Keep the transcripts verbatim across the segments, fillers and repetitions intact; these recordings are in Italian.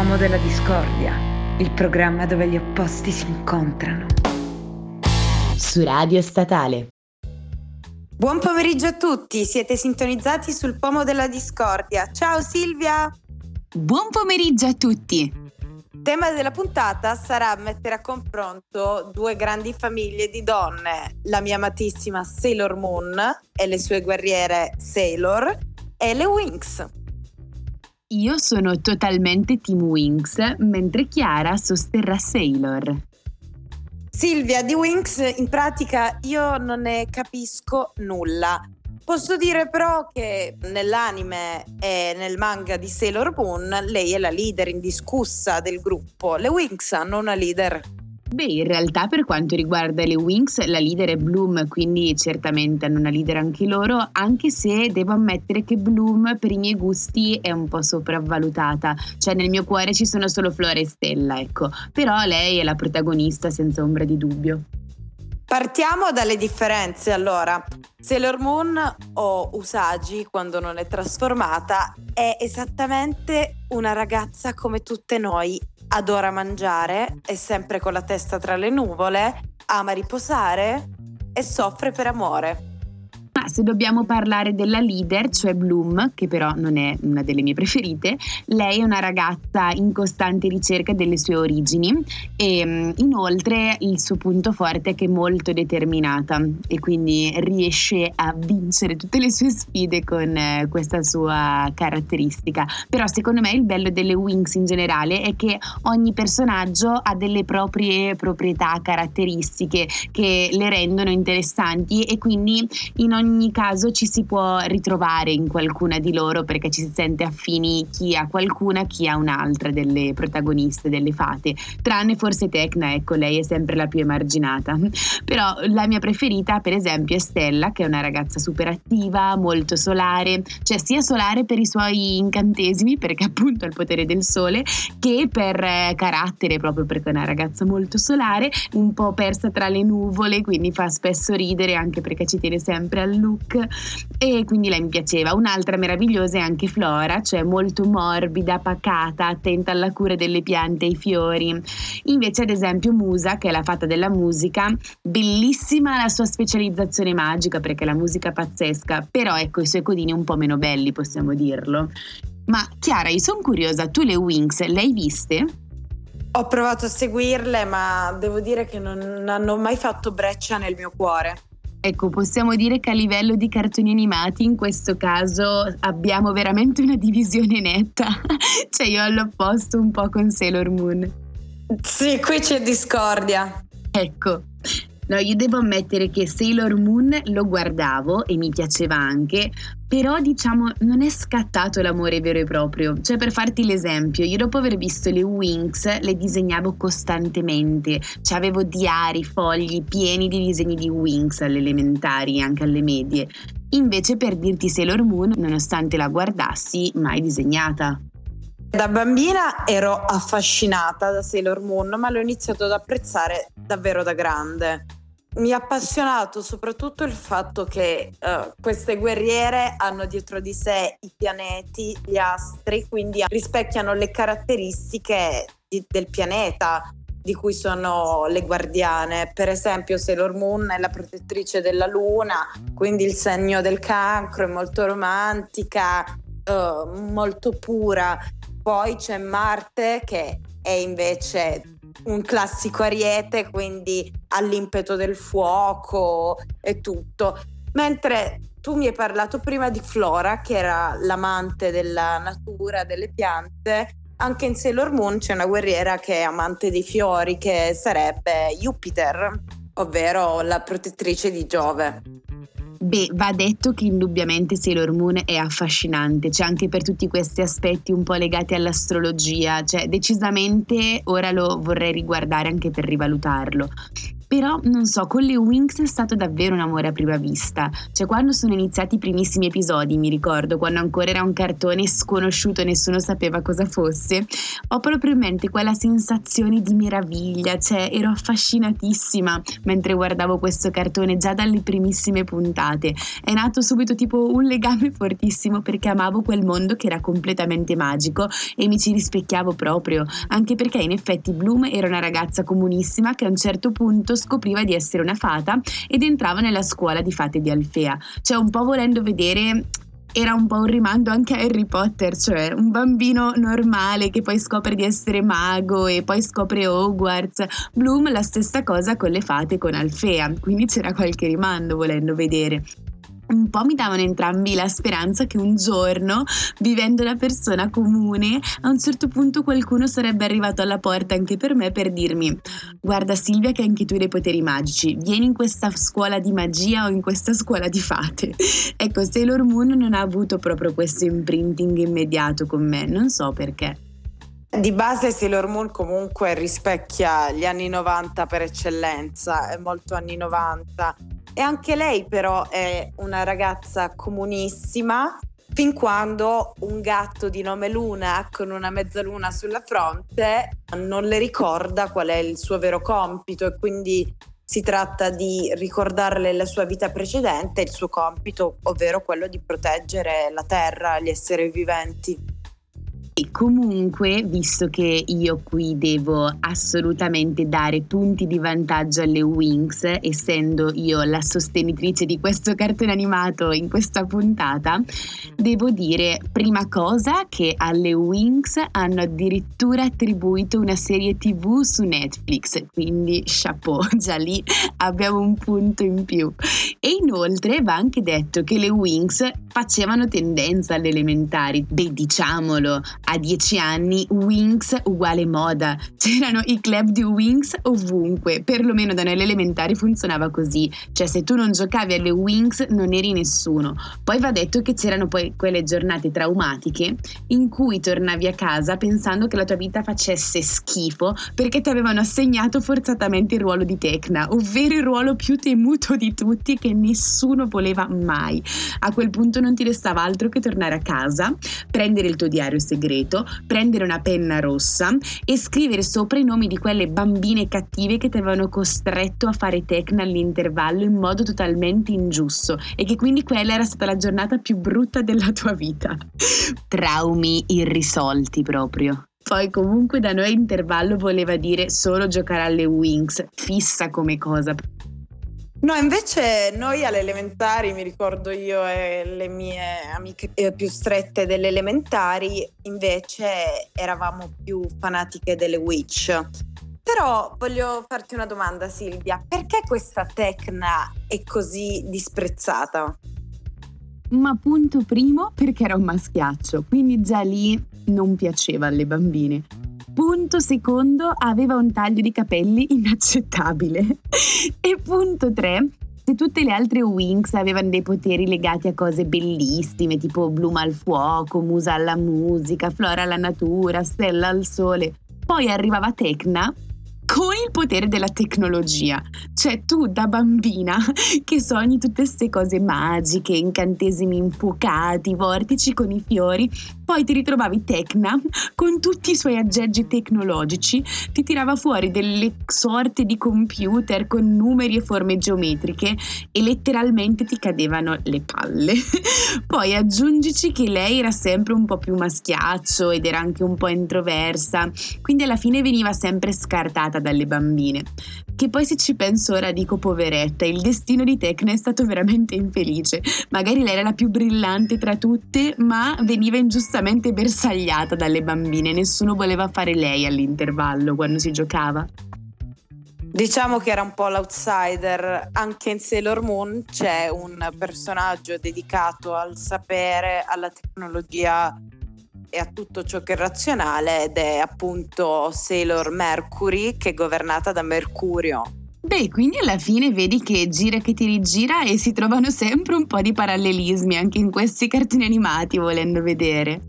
Pomo della Discordia, il programma dove gli opposti si incontrano. Su Radio Statale. Buon pomeriggio a tutti, siete sintonizzati sul Pomo della Discordia. Ciao Silvia! Buon pomeriggio a tutti! Il tema della puntata sarà mettere a confronto due grandi famiglie di donne, la mia amatissima Sailor Moon e le sue guerriere Sailor e le Winx. Io sono totalmente Team Winx, mentre Chiara sosterrà Sailor. Silvia, di Winx in pratica io non ne capisco nulla. Posso dire però che nell'anime e nel manga di Sailor Moon lei è la leader indiscussa del gruppo. Le Winx hanno una leader? Beh, in realtà per quanto riguarda le Winx la leader è Bloom, quindi certamente hanno una leader anche loro, anche se devo ammettere che Bloom per i miei gusti è un po' sopravvalutata, cioè nel mio cuore ci sono solo Flora e Stella, ecco, però lei è la protagonista senza ombra di dubbio. Partiamo dalle differenze allora. Sailor Moon o Usagi quando non è trasformata è esattamente una ragazza come tutte noi. Adora mangiare, è sempre con la testa tra le nuvole, ama riposare e soffre per amore. Ma se dobbiamo parlare della leader, cioè Bloom, che però non è una delle mie preferite, lei è una ragazza in costante ricerca delle sue origini e inoltre il suo punto forte è che è molto determinata e quindi riesce a vincere tutte le sue sfide con eh, questa sua caratteristica. Però secondo me il bello delle Winx in generale è che ogni personaggio ha delle proprie proprietà, caratteristiche che le rendono interessanti e quindi in ogni caso ci si può ritrovare in qualcuna di loro perché ci si sente affini chi a qualcuna, chi a un'altra delle protagoniste, delle fate, tranne forse Tecna, ecco, lei è sempre la più emarginata. Però la mia preferita per esempio è Stella, che è una ragazza super attiva, molto solare, cioè sia solare per i suoi incantesimi perché appunto ha il potere del sole, che per eh, carattere, proprio perché è una ragazza molto solare, un po' persa tra le nuvole, quindi fa spesso ridere anche perché ci tiene sempre al look e quindi lei mi piaceva. Un'altra meravigliosa è anche Flora, cioè molto morbida, pacata, attenta alla cura delle piante e ai fiori. Invece ad esempio Musa, che è la fata della musica, bellissima la sua specializzazione magica perché la musica è pazzesca, però ecco i suoi codini un po' meno belli, possiamo dirlo. Ma Chiara, io sono curiosa, tu le Winx le hai viste? Ho provato a seguirle ma devo dire che non hanno mai fatto breccia nel mio cuore. Ecco, possiamo dire che a livello di cartoni animati in questo caso abbiamo veramente una divisione netta, cioè io all'opposto un po' con Sailor Moon. Sì, qui c'è discordia. Ecco, no, io devo ammettere che Sailor Moon lo guardavo e mi piaceva anche, però diciamo non è scattato l'amore vero e proprio. Cioè per farti l'esempio, io dopo aver visto le Winx le disegnavo costantemente, cioè avevo diari, fogli pieni di disegni di Winx alle elementari, anche alle medie. Invece per dirti Sailor Moon, nonostante la guardassi, mai disegnata. Da bambina ero affascinata da Sailor Moon, ma l'ho iniziato ad apprezzare davvero da grande. Mi ha appassionato soprattutto il fatto che uh, queste guerriere hanno dietro di sé i pianeti, gli astri, quindi rispecchiano le caratteristiche di, del pianeta di cui sono le guardiane. Per esempio Sailor Moon è la protettrice della luna, quindi il segno del cancro, è molto romantica, uh, molto pura. Poi c'è Marte che è invece un classico ariete, quindi ha l'impeto del fuoco e tutto. Mentre tu mi hai parlato prima di Flora, che era l'amante della natura, delle piante, anche in Sailor Moon c'è una guerriera che è amante dei fiori, che sarebbe Jupiter, ovvero la protettrice di Giove. Beh, va detto che indubbiamente Sailor Moon è affascinante, cioè anche per tutti questi aspetti un po' legati all'astrologia, cioè decisamente ora lo vorrei riguardare anche per rivalutarlo. Però non so, con le Winx è stato davvero un amore a prima vista. Cioè quando sono iniziati i primissimi episodi, mi ricordo, quando ancora era un cartone sconosciuto e nessuno sapeva cosa fosse, ho proprio in mente quella sensazione di meraviglia, cioè ero affascinatissima mentre guardavo questo cartone già dalle primissime puntate. È nato subito tipo un legame fortissimo perché amavo quel mondo che era completamente magico e mi ci rispecchiavo proprio, anche perché in effetti Bloom era una ragazza comunissima che a un certo punto scopriva di essere una fata ed entrava nella scuola di fate di Alfea. Cioè un po' volendo vedere era un po' un rimando anche a Harry Potter, cioè un bambino normale che poi scopre di essere mago e poi scopre Hogwarts. Bloom la stessa cosa con le fate, con Alfea, quindi c'era qualche rimando volendo vedere. Un po' mi davano entrambi la speranza che un giorno, vivendo da persona comune, a un certo punto qualcuno sarebbe arrivato alla porta anche per me per dirmi: guarda Silvia che anche tu hai dei poteri magici, vieni in questa scuola di magia o in questa scuola di fate. Ecco, Sailor Moon non ha avuto proprio questo imprinting immediato con me, non so perché. Di base Sailor Moon comunque rispecchia gli anni novanta per eccellenza, è molto anni novanta. E anche lei però è una ragazza comunissima fin quando un gatto di nome Luna con una mezzaluna sulla fronte non le ricorda qual è il suo vero compito e quindi si tratta di ricordarle la sua vita precedente, il suo compito, ovvero quello di proteggere la terra, gli esseri viventi. E comunque, visto che io qui devo assolutamente dare punti di vantaggio alle Winx, essendo io la sostenitrice di questo cartone animato in questa puntata, devo dire prima cosa che alle Winx hanno addirittura attribuito una serie tivù su Netflix, quindi chapeau, già lì abbiamo un punto in più. E inoltre va anche detto che le Winx facevano tendenza alle elementari, beh diciamolo, a dieci anni Winx uguale moda, c'erano i club di Winx ovunque, perlomeno da noi alle elementari funzionava così, cioè se tu non giocavi alle Winx non eri nessuno. Poi va detto che c'erano poi quelle giornate traumatiche in cui tornavi a casa pensando che la tua vita facesse schifo perché ti avevano assegnato forzatamente il ruolo di Tecna, ovvero il ruolo più temuto di tutti che nessuno voleva mai. A quel punto non ti restava altro che tornare a casa, prendere il tuo diario segreto, prendere una penna rossa e scrivere sopra i nomi di quelle bambine cattive che ti avevano costretto a fare Tecna all'intervallo in modo totalmente ingiusto e che quindi quella era stata la giornata più brutta della tua vita. Traumi irrisolti proprio. Poi comunque da noi intervallo voleva dire solo giocare alle Winx, fissa come cosa. No, invece noi alle elementari, mi ricordo io e le mie amiche più strette delle elementari, invece eravamo più fanatiche delle Witch. Però voglio farti una domanda, Silvia, perché questa Tecna è così disprezzata? Ma punto primo, perché era un maschiaccio, quindi già lì non piaceva alle bambine. Punto secondo, aveva un taglio di capelli inaccettabile. E punto tre, se tutte le altre Winx avevano dei poteri legati a cose bellissime, tipo Bloom al fuoco, Musa alla musica, Flora alla natura, Stella al sole, poi arrivava Tecna con il potere della tecnologia. Cioè tu da bambina che sogni tutte queste cose magiche, incantesimi infuocati, vortici con i fiori, poi ti ritrovavi Tecna con tutti i suoi aggeggi tecnologici, ti tirava fuori delle sorte di computer con numeri e forme geometriche e letteralmente ti cadevano le palle. Poi aggiungici che lei era sempre un po' più maschiaccio ed era anche un po' introversa, quindi alla fine veniva sempre scartata dalle bambine. Che poi se ci penso ora dico poveretta, il destino di Tecna è stato veramente infelice. Magari lei era la più brillante tra tutte, ma veniva ingiustamente bersagliata dalle bambine, nessuno voleva fare lei all'intervallo quando si giocava. Diciamo che era un po' l'outsider. Anche in Sailor Moon c'è un personaggio dedicato al sapere, alla tecnologia e a tutto ciò che è razionale ed è appunto Sailor Mercury, che è governata da Mercurio. Beh, quindi alla fine vedi che gira che ti rigira e si trovano sempre un po' di parallelismi anche in questi cartoni animati, volendo vedere.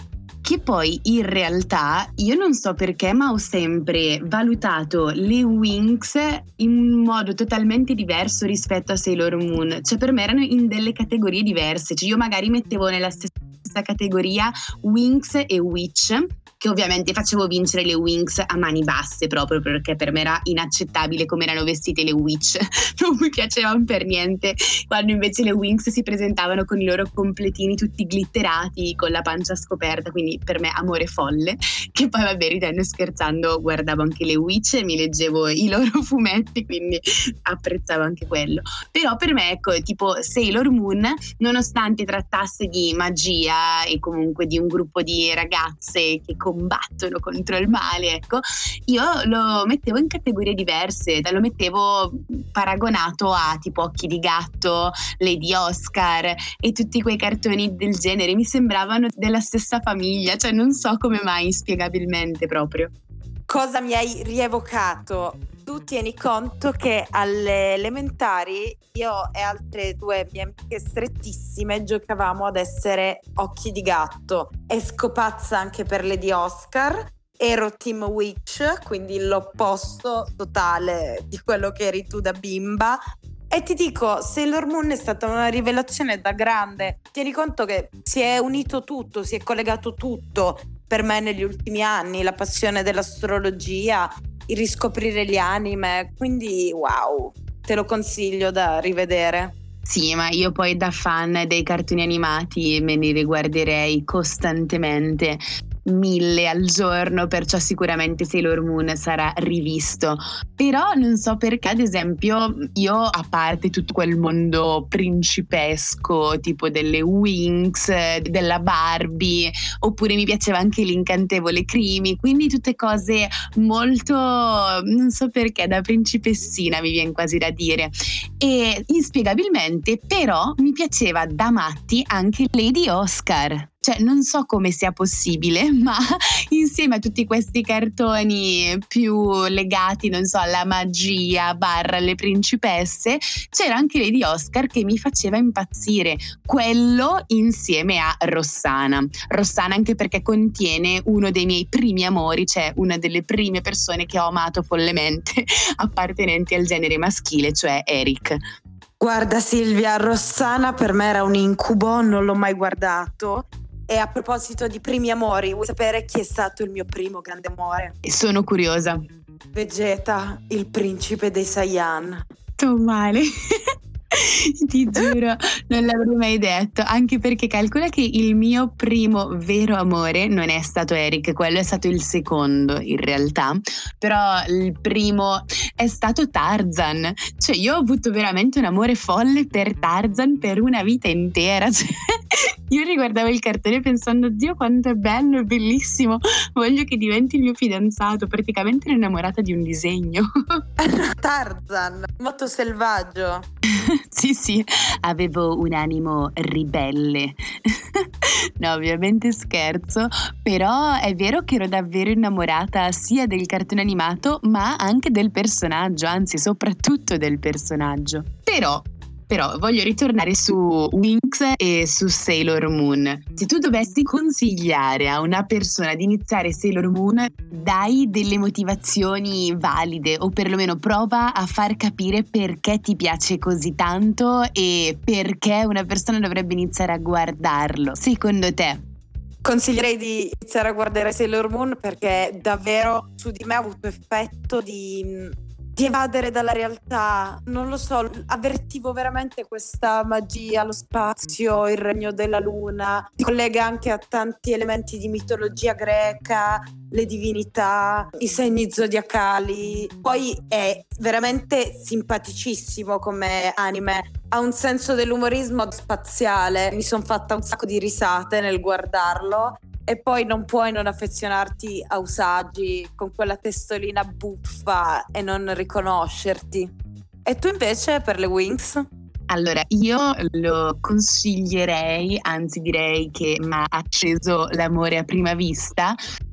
che poi in realtà io non so perché, ma ho sempre valutato le Winx in modo totalmente diverso rispetto a Sailor Moon. Cioè per me erano in delle categorie diverse, cioè io magari mettevo nella stessa categoria Winx e Witch, che ovviamente facevo vincere le Winx a mani basse proprio perché per me era inaccettabile come erano vestite le Witch, non mi piacevano per niente, quando invece le Winx si presentavano con i loro completini tutti glitterati con la pancia scoperta, quindi per me amore folle. Che poi vabbè, ridendo e scherzando guardavo anche le Witch e mi leggevo i loro fumetti, quindi apprezzavo anche quello. Però per me, ecco, tipo Sailor Moon, nonostante trattasse di magia e comunque di un gruppo di ragazze che combattono contro il male, ecco, io lo mettevo in categorie diverse, lo mettevo paragonato a tipo Occhi di Gatto, Lady Oscar e tutti quei cartoni del genere, mi sembravano della stessa famiglia, cioè non so come mai, inspiegabilmente proprio. Cosa mi hai rievocato? Tu tieni conto che alle elementari io e altre due mie amiche strettissime giocavamo ad essere Occhi di Gatto e scopazza anche per Lady Oscar. Ero Team Witch, quindi l'opposto totale di quello che eri tu da bimba. E ti dico, Sailor Moon è stata una rivelazione da grande. Tieni conto che si è unito tutto, si è collegato tutto per me negli ultimi anni, la passione dell'astrologia, il riscoprire gli anime, quindi wow, te lo consiglio da rivedere. Sì, ma io poi da fan dei cartoni animati me li riguarderei costantemente, mille al giorno, perciò sicuramente Sailor Moon sarà rivisto. Però non so perché, ad esempio, io, a parte tutto quel mondo principesco tipo delle Winx, della Barbie, oppure mi piaceva anche l'Incantevole Crimi, quindi tutte cose molto, non so perché, da principessina mi viene quasi da dire. E inspiegabilmente però mi piaceva da matti anche Lady Oscar. Cioè non so come sia possibile, ma insieme a tutti questi cartoni più legati, non so, alla magia barra alle principesse, c'era anche Lady Oscar che mi faceva impazzire. Quello insieme a Rossana. Rossana anche perché contiene uno dei miei primi amori, cioè una delle prime persone che ho amato follemente appartenenti al genere maschile, cioè Eric. Guarda Silvia, Rossana per me era un incubo, non l'ho mai guardato. E a proposito di primi amori, vuoi sapere chi è stato il mio primo grande amore? Sono curiosa. Vegeta, il principe dei Saiyan. Sto male. Ti giuro, non l'avrei mai detto, anche perché calcola che il mio primo vero amore non è stato Eric, quello è stato il secondo in realtà, però il primo è stato Tarzan. Cioè io ho avuto veramente un amore folle per Tarzan per una vita intera, cioè, io riguardavo il cartone pensando Dio quanto è bello, è bellissimo, voglio che diventi il mio fidanzato, praticamente ero innamorata di un disegno. Tarzan, molto selvaggio. Sì, sì, avevo un animo ribelle. No, ovviamente scherzo, però è vero che ero davvero innamorata sia del cartone animato ma anche del personaggio, anzi soprattutto del personaggio. Però Però voglio ritornare su Winx e su Sailor Moon. Se tu dovessi consigliare a una persona di iniziare Sailor Moon, dai delle motivazioni valide o perlomeno prova a far capire perché ti piace così tanto e perché una persona dovrebbe iniziare a guardarlo. Secondo te? Consiglierei di iniziare a guardare Sailor Moon perché davvero su di me ha avuto effetto di... di evadere dalla realtà, non lo so, avvertivo veramente questa magia, lo spazio, il regno della luna, si collega anche a tanti elementi di mitologia greca, le divinità, i segni zodiacali, poi è veramente simpaticissimo come anime, ha un senso dell'umorismo spaziale, mi sono fatta un sacco di risate nel guardarlo. E poi non puoi non affezionarti a Usagi con quella testolina buffa e non riconoscerti. E tu invece per le Winx? Allora, io lo consiglierei, anzi direi che mi ha acceso l'amore a prima vista,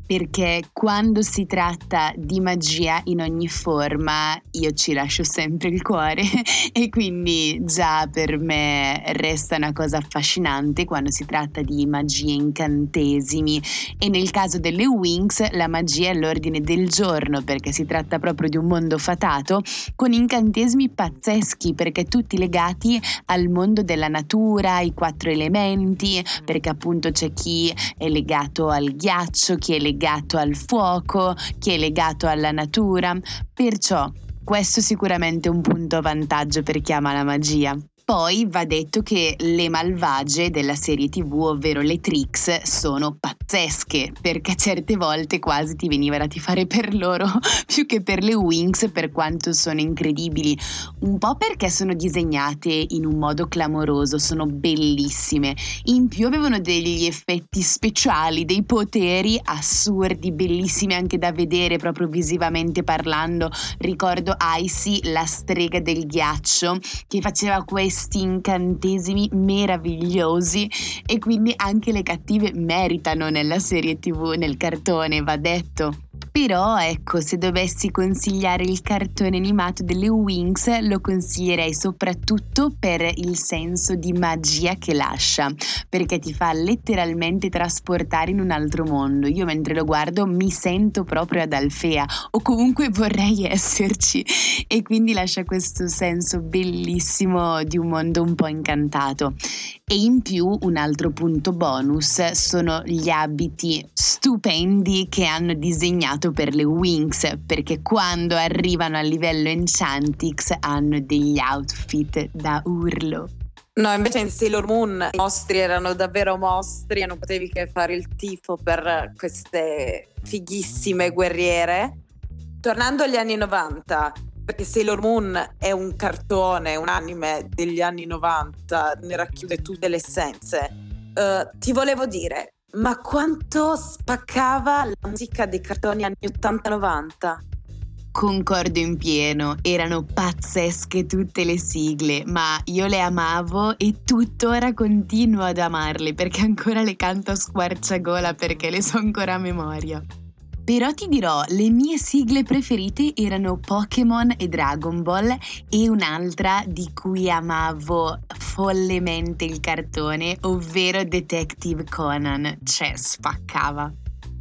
perché quando si tratta di magia in ogni forma io ci lascio sempre il cuore e quindi già per me resta una cosa affascinante quando si tratta di magie, incantesimi, e nel caso delle Winx la magia è all'ordine del giorno perché si tratta proprio di un mondo fatato con incantesimi pazzeschi, perché tutti legati al mondo della natura, ai quattro elementi, perché appunto c'è chi è legato al ghiaccio, chi è legato legato al fuoco, chi è legato alla natura, perciò questo sicuramente è un punto a vantaggio per chi ama la magia. Poi va detto che le malvagie della serie tivù, ovvero le Trix, sono pazzesche, perché certe volte quasi ti veniva da tifare per loro più che per le Winx, per quanto sono incredibili. Un po' perché sono disegnate in un modo clamoroso, sono bellissime. In più avevano degli effetti speciali, dei poteri assurdi, bellissimi anche da vedere proprio visivamente parlando. Ricordo Icy, la strega del ghiaccio, che faceva questi incantesimi meravigliosi, e quindi anche le cattive meritano nella serie tivù, nel cartone, va detto. Però ecco, se dovessi consigliare il cartone animato delle Winx, lo consiglierei soprattutto per il senso di magia che lascia, perché ti fa letteralmente trasportare in un altro mondo. Io mentre lo guardo mi sento proprio ad Alfea, o comunque vorrei esserci, e quindi lascia questo senso bellissimo di un mondo un po' incantato. E in più un altro punto bonus sono gli abiti stupendi che hanno disegnato per le Winx, perché quando arrivano a livello Enchantix hanno degli outfit da urlo. No, invece in Sailor Moon i mostri erano davvero mostri e non potevi che fare il tifo per queste fighissime guerriere. Tornando agli anni novanta, perché Sailor Moon è un cartone, un anime degli anni novanta, ne racchiude tutte le essenze. Uh, ti volevo dire, ma quanto spaccava la musica dei cartoni anni ottanta novanta? Concordo in pieno, erano pazzesche tutte le sigle, ma io le amavo e tuttora continuo ad amarle perché ancora le canto a squarciagola, perché le so ancora a memoria. Però ti dirò, le mie sigle preferite erano Pokémon e Dragon Ball, e un'altra di cui amavo follemente il cartone, ovvero Detective Conan, cioè spaccava.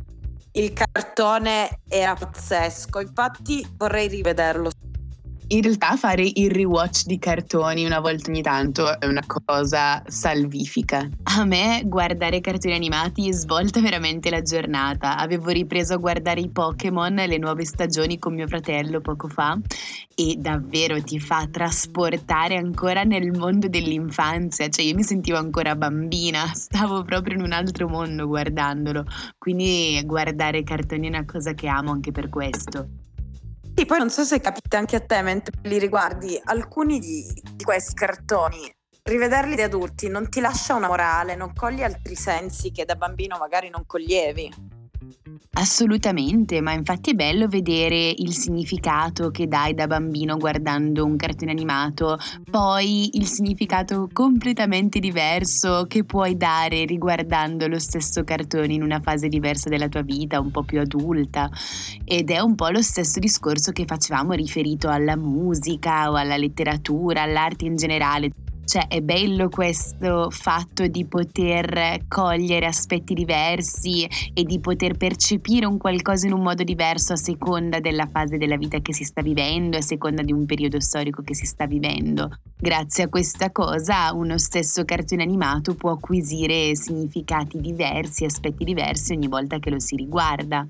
Il cartone era pazzesco, infatti vorrei rivederlo. In realtà fare il rewatch di cartoni una volta ogni tanto è una cosa salvifica. A me guardare cartoni animati svolta veramente la giornata. Avevo ripreso a guardare i Pokémon, le nuove stagioni, con mio fratello poco fa, e davvero ti fa trasportare ancora nel mondo dell'infanzia. Cioè io mi sentivo ancora bambina, stavo proprio in un altro mondo guardandolo. Quindi guardare cartoni è una cosa che amo anche per questo. Sì, poi non so se capita anche a te mentre li riguardi, alcuni di, di questi cartoni, rivederli da adulti non ti lascia una morale, non cogli altri sensi che da bambino magari non coglievi. Assolutamente, ma infatti è bello vedere il significato che dai da bambino guardando un cartone animato, poi il significato completamente diverso che puoi dare riguardando lo stesso cartone in una fase diversa della tua vita, un po' più adulta. Ed è un po' lo stesso discorso che facevamo riferito alla musica o alla letteratura, all'arte in generale. Cioè è bello questo fatto di poter cogliere aspetti diversi e di poter percepire un qualcosa in un modo diverso a seconda della fase della vita che si sta vivendo, a seconda di un periodo storico che si sta vivendo. Grazie a questa cosa uno stesso cartone animato può acquisire significati diversi, aspetti diversi ogni volta che lo si riguarda.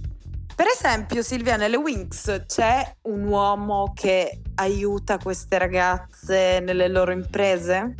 Per esempio, Silvia, nelle Winx c'è un uomo che aiuta queste ragazze nelle loro imprese?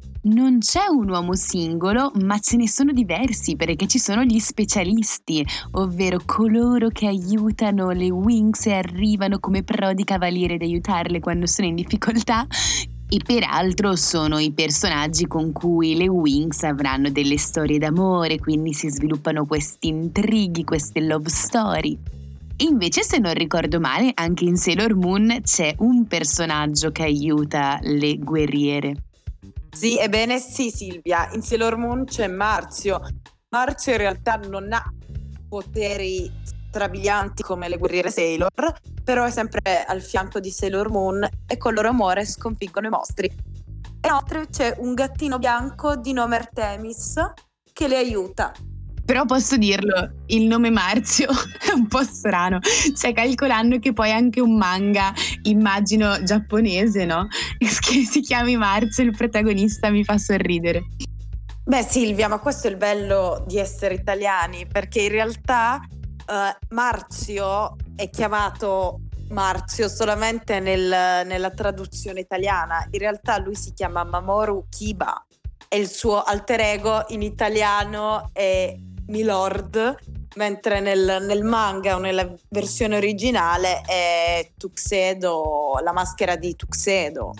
Non c'è un uomo singolo, ma ce ne sono diversi, perché ci sono gli specialisti, ovvero coloro che aiutano le Winx e arrivano come prodi cavalieri ad aiutarle quando sono in difficoltà. E peraltro sono i personaggi con cui le Winx avranno delle storie d'amore, quindi si sviluppano questi intrighi, queste love story. E invece, se non ricordo male, anche in Sailor Moon c'è un personaggio che aiuta le guerriere. Sì, ebbene sì, Silvia, in Sailor Moon c'è Marzio. Marzio in realtà non ha poteri strabilianti come le guerriere Sailor, però è sempre al fianco di Sailor Moon e con il loro amore sconfiggono i mostri. Inoltre c'è un gattino bianco di nome Artemis che le aiuta. Però posso dirlo, il nome Marzio è un po' strano, cioè calcolando che poi anche un manga, immagino giapponese, no? Che si chiami Marzio, il protagonista, mi fa sorridere. Beh Silvia, ma questo è il bello di essere italiani, perché in realtà uh, Marzio è chiamato Marzio solamente nel, nella traduzione italiana. In realtà lui si chiama Mamoru Kiba e il suo alter ego in italiano è Milord, mentre nel, nel manga o nella versione originale è Tuxedo, la maschera di Tuxedo.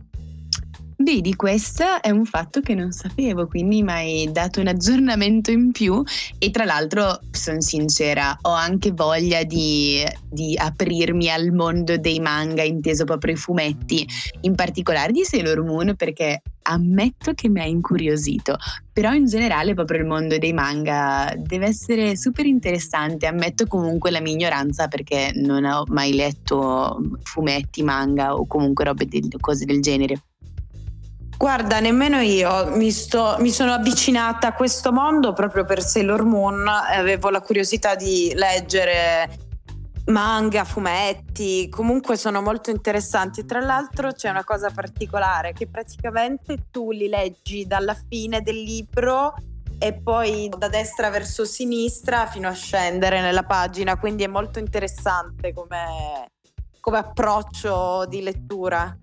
Vedi, questo è un fatto che non sapevo, quindi mi hai dato un aggiornamento in più e tra l'altro, sono sincera, ho anche voglia di, di aprirmi al mondo dei manga, inteso proprio i fumetti, in particolare di Sailor Moon, perché ammetto che mi ha incuriosito, però in generale proprio il mondo dei manga deve essere super interessante. Ammetto comunque la mia ignoranza perché non ho mai letto fumetti, manga o comunque robe del, cose del genere. Guarda, nemmeno io mi, sto, mi sono avvicinata a questo mondo proprio per Sailor Moon, avevo la curiosità di leggere manga, fumetti, comunque sono molto interessanti. Tra l'altro c'è una cosa particolare, che praticamente tu li leggi dalla fine del libro e poi da destra verso sinistra fino a scendere nella pagina, quindi è molto interessante come, come approccio di lettura.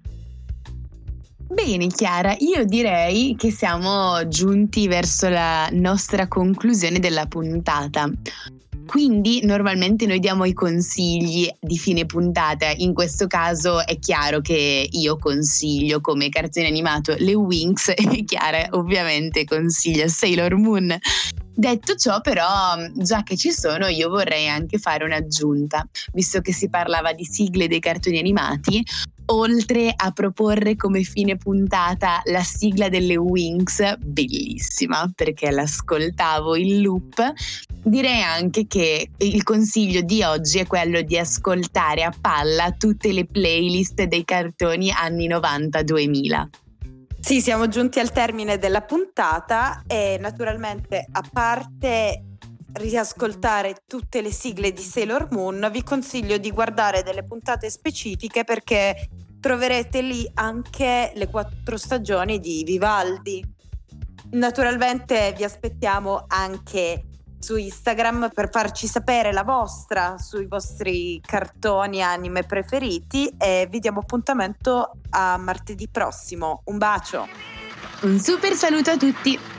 Bene Chiara, io direi che siamo giunti verso la nostra conclusione della puntata. Quindi normalmente noi diamo i consigli di fine puntata, in questo caso è chiaro che io consiglio come cartone animato le Winx e Chiara ovviamente consiglia Sailor Moon. Detto ciò però, già che ci sono, io vorrei anche fare un'aggiunta, visto che si parlava di sigle dei cartoni animati. Oltre a proporre come fine puntata la sigla delle Winx, bellissima perché l'ascoltavo in loop, direi anche che il consiglio di oggi è quello di ascoltare a palla tutte le playlist dei cartoni anni novanta duemila. Sì, siamo giunti al termine della puntata e naturalmente, a parte riascoltare tutte le sigle di Sailor Moon, vi consiglio di guardare delle puntate specifiche perché troverete lì anche le quattro stagioni di Vivaldi. Naturalmente vi aspettiamo anche su Instagram per farci sapere la vostra sui vostri cartoni anime preferiti e vi diamo appuntamento a martedì prossimo. Un bacio! Un super saluto a tutti!